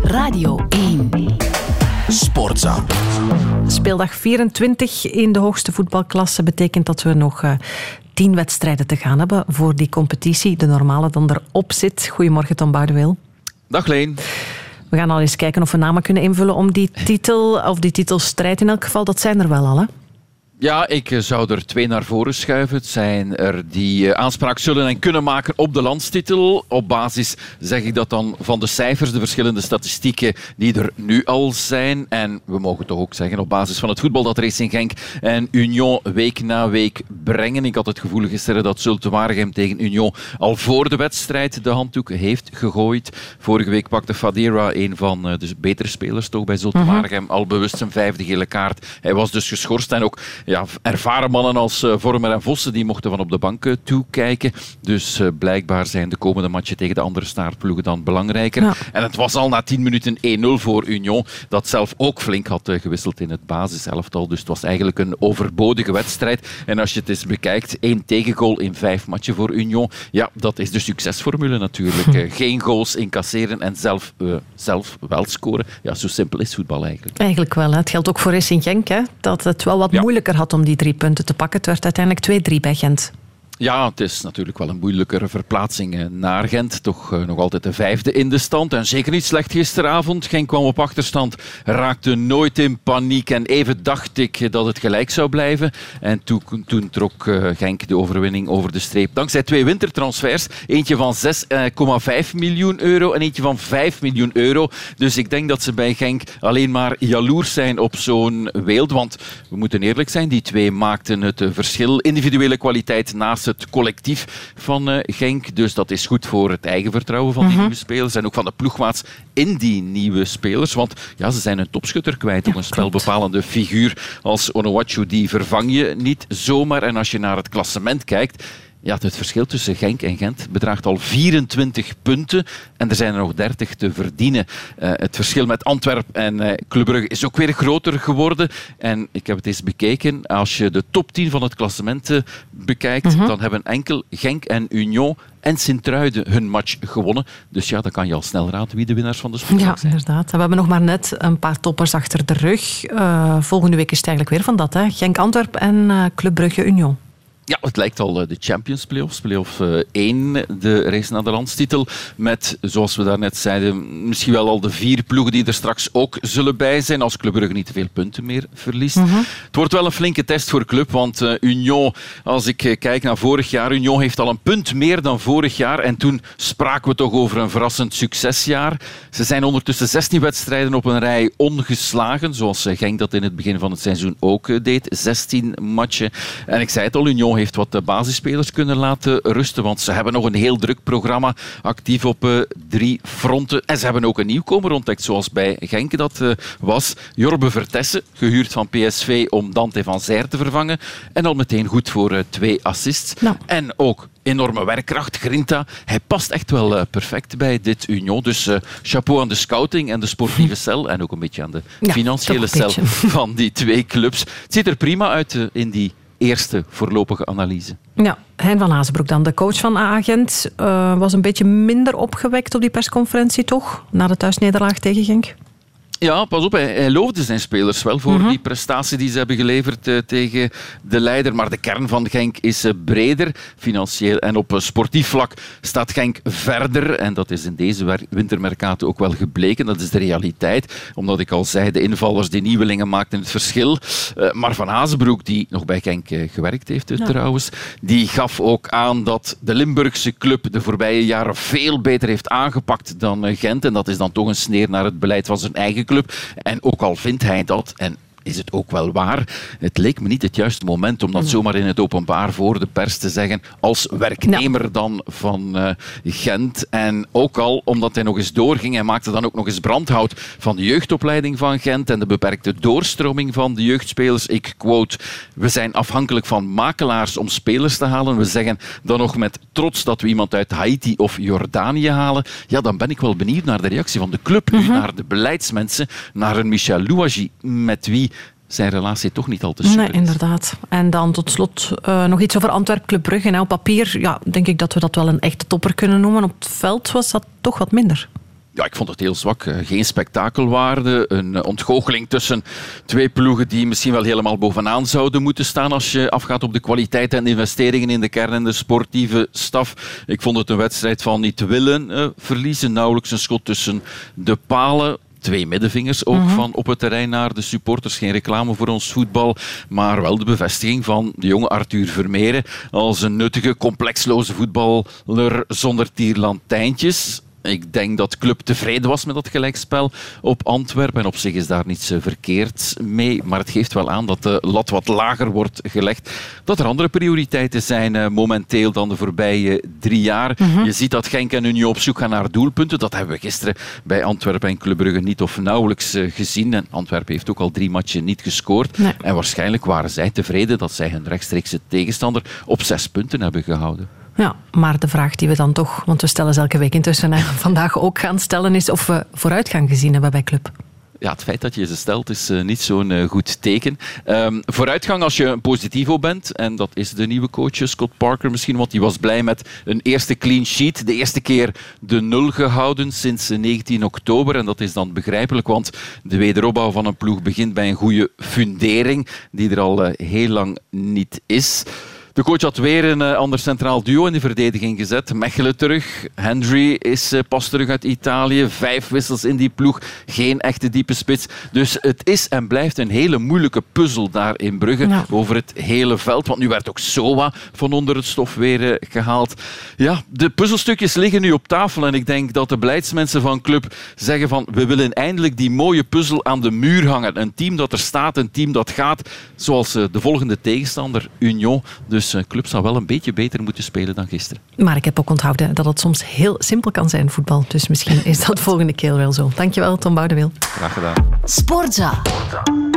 Radio 1. Sportza. Speeldag 24 in de hoogste voetbalklasse betekent dat we nog 10 wedstrijden te gaan hebben voor die competitie. De normale dan erop zit. Goedemorgen, Tom Boudewil. Dag Leen. We gaan al eens kijken of we namen kunnen invullen om die titel, of die titelstrijd in elk geval. Dat zijn er wel al, hè? Ja, ik zou er 2 naar voren schuiven. Het zijn er die aanspraak zullen en kunnen maken op de landstitel. Op basis zeg ik dat dan van de cijfers, de verschillende statistieken die er nu al zijn. En we mogen toch ook zeggen op basis van het voetbal dat Racing Genk en Union week na week brengen. Ik had het gevoel gisteren dat Zulte Waregem tegen Union al voor de wedstrijd de handdoek heeft gegooid. Vorige week pakte Fadera, een van de betere spelers toch bij Zulte Waregem, al bewust zijn 5e gele kaart. Hij was dus geschorst en ook ervaren mannen als Vormer en Vossen die mochten van op de bank toekijken. Dus blijkbaar zijn de komende matchen tegen de andere staartploegen dan belangrijker. Ja. En het was al na 10 minuten 1-0 voor Union, dat zelf ook flink had gewisseld in het basiselftal. Dus het was eigenlijk een overbodige wedstrijd. En als je het eens bekijkt, 1 tegengoal in 5 matchen voor Union. Ja, dat is de succesformule natuurlijk. Geen goals incasseren en zelf wel scoren. Ja, zo simpel is voetbal eigenlijk. Eigenlijk wel. Hè. Het geldt ook voor Racing Genk, hè, dat het wel wat moeilijker had om die 3 punten te pakken. Het werd uiteindelijk 2-3 bij Gent. Ja, het is natuurlijk wel een moeilijkere verplaatsing naar Gent. Toch nog altijd de 5e in de stand. En zeker niet slecht gisteravond. Genk kwam op achterstand, raakte nooit in paniek. En even dacht ik dat het gelijk zou blijven. En toen trok Genk de overwinning over de streep. Dankzij 2 wintertransfers. Eentje van 6,5 miljoen euro en eentje van 5 miljoen euro. Dus ik denk dat ze bij Genk alleen maar jaloers zijn op zo'n Weeld. Want we moeten eerlijk zijn, die 2 maakten het verschil. Individuele kwaliteit naast het collectief van Genk. Dus dat is goed voor het eigen vertrouwen van die nieuwe spelers en ook van de ploegmaats in die nieuwe spelers. Want ja, ze zijn een topschutter kwijt. Ook een spelbepalende figuur als Onuachu, die vervang je niet zomaar. En als je naar het klassement kijkt, ja, het verschil tussen Genk en Gent bedraagt al 24 punten en er zijn er nog 30 te verdienen. Het verschil met Antwerpen en Club Brugge is ook weer groter geworden. En ik heb het eens bekeken. Als je de top 10 van het klassement bekijkt, dan hebben enkel Genk en Union en Sint-Truiden hun match gewonnen. Dus ja, dan kan je al snel raden wie de winnaars van de Sportdag zijn. Ja, inderdaad. En we hebben nog maar net een paar toppers achter de rug. Volgende week is het eigenlijk weer van dat, hè? Genk-Antwerpen en Club Brugge-Union. Ja, het lijkt al de Champions Playoffs. Playoff 1, de race naar de landstitel. Met, zoals we daarnet zeiden, misschien wel al de 4 ploegen die er straks ook zullen bij zijn. Als Club Brugge niet te veel punten meer verliest. Het wordt wel een flinke test voor Club. Want Union, als ik kijk naar vorig jaar, Union heeft al een punt meer dan vorig jaar. En toen spraken we toch over een verrassend succesjaar. Ze zijn ondertussen 16 wedstrijden op een rij ongeslagen. Zoals Genk dat in het begin van het seizoen ook deed. 16 matchen. En ik zei het al, Union heeft wat de basisspelers kunnen laten rusten, want ze hebben nog een heel druk programma actief op 3 fronten. En ze hebben ook een nieuwkomer ontdekt, zoals bij Genk dat was. Jorbe Vertessen, gehuurd van PSV om Dante van Zijr te vervangen. En al meteen goed voor 2 assists. Nou. En ook enorme werkkracht. Grinta, hij past echt wel perfect bij dit Union. Dus chapeau aan de scouting en de sportieve cel en ook een beetje aan de financiële cel van die 2 clubs. Het ziet er prima uit in die eerste voorlopige analyse. Ja, Hein van Azenbroek dan, de coach van AA Gent, was een beetje minder opgewekt op die persconferentie, toch? Na de thuisnederlaag tegen Genk. Ja, pas op, hij loofde zijn spelers wel voor die prestatie die ze hebben geleverd tegen de leider. Maar de kern van Genk is breder, financieel en op sportief vlak staat Genk verder. En dat is in deze wintermercato ook wel gebleken. Dat is de realiteit. Omdat ik al zei, de invallers, die nieuwelingen maakten het verschil. Maar Van Azenbroek, die nog bij Genk gewerkt heeft trouwens, die gaf ook aan dat de Limburgse club de voorbije jaren veel beter heeft aangepakt dan Gent. En dat is dan toch een sneer naar het beleid van zijn eigen club. En ook al vindt hij dat, en is het ook wel waar, het leek me niet het juiste moment om dat zomaar in het openbaar voor de pers te zeggen als werknemer dan van Gent. En ook al omdat hij nog eens doorging, hij maakte dan ook nog eens brandhout van de jeugdopleiding van Gent en de beperkte doorstroming van de jeugdspelers. Ik quote, we zijn afhankelijk van makelaars om spelers te halen. We zeggen dan nog met trots dat we iemand uit Haiti of Jordanië halen. Ja, dan ben ik wel benieuwd naar de reactie van de club nu, naar de beleidsmensen, naar een Michel Louagie, met wie zijn relatie toch niet al te super is. Nee, inderdaad. En dan tot slot nog iets over Antwerpen Club Brugge. En op papier denk ik dat we dat wel een echte topper kunnen noemen. Op het veld was dat toch wat minder. Ja, ik vond het heel zwak. Geen spektakelwaarde. Een ontgoocheling tussen twee ploegen die misschien wel helemaal bovenaan zouden moeten staan als je afgaat op de kwaliteit en investeringen in de kern en de sportieve staf. Ik vond het een wedstrijd van niet willen verliezen. Nauwelijks een schot tussen de palen. 2 middenvingers ook van op het terrein naar de supporters. Geen reclame voor ons voetbal, maar wel de bevestiging van de jonge Arthur Vermeeren als een nuttige, complexloze voetballer zonder tierlantijntjes. Ik denk dat Club tevreden was met dat gelijkspel op Antwerpen. En op zich is daar niets verkeerd mee. Maar het geeft wel aan dat de lat wat lager wordt gelegd. Dat er andere prioriteiten zijn momenteel dan de voorbije 3 jaar. Je ziet dat Genk en Union op zoek gaan naar doelpunten. Dat hebben we gisteren bij Antwerpen en Club Brugge niet of nauwelijks gezien. En Antwerpen heeft ook al 3 matchen niet gescoord. Nee. En waarschijnlijk waren zij tevreden dat zij hun rechtstreekse tegenstander op 6 punten hebben gehouden. Ja, maar de vraag die we dan toch, want we stellen ze elke week intussen vandaag ook gaan stellen, is of we vooruitgang gezien hebben bij Club. Ja, het feit dat je ze stelt is niet zo'n goed teken. Vooruitgang als je een positivo bent, en dat is de nieuwe coach Scott Parker misschien, want die was blij met een eerste clean sheet. De eerste keer de 0 gehouden sinds 19 oktober. En dat is dan begrijpelijk, want de wederopbouw van een ploeg begint bij een goede fundering, die er al heel lang niet is. De coach had weer een ander centraal duo in de verdediging gezet. Mechelen terug. Hendry is pas terug uit Italië. 5 wissels in die ploeg. Geen echte diepe spits. Dus het is en blijft een hele moeilijke puzzel daar in Brugge. Over het hele veld. Want nu werd ook Sowa van onder het stof weer gehaald. Ja, de puzzelstukjes liggen nu op tafel. En ik denk dat de beleidsmensen van Club zeggen van we willen eindelijk die mooie puzzel aan de muur hangen. Een team dat er staat. Een team dat gaat zoals de volgende tegenstander, Union. Dus Club zou wel een beetje beter moeten spelen dan gisteren. Maar ik heb ook onthouden dat het soms heel simpel kan zijn, voetbal. Dus misschien is dat volgende keer wel zo. Dankjewel, Tom Boudewiel. Graag gedaan. Sportza.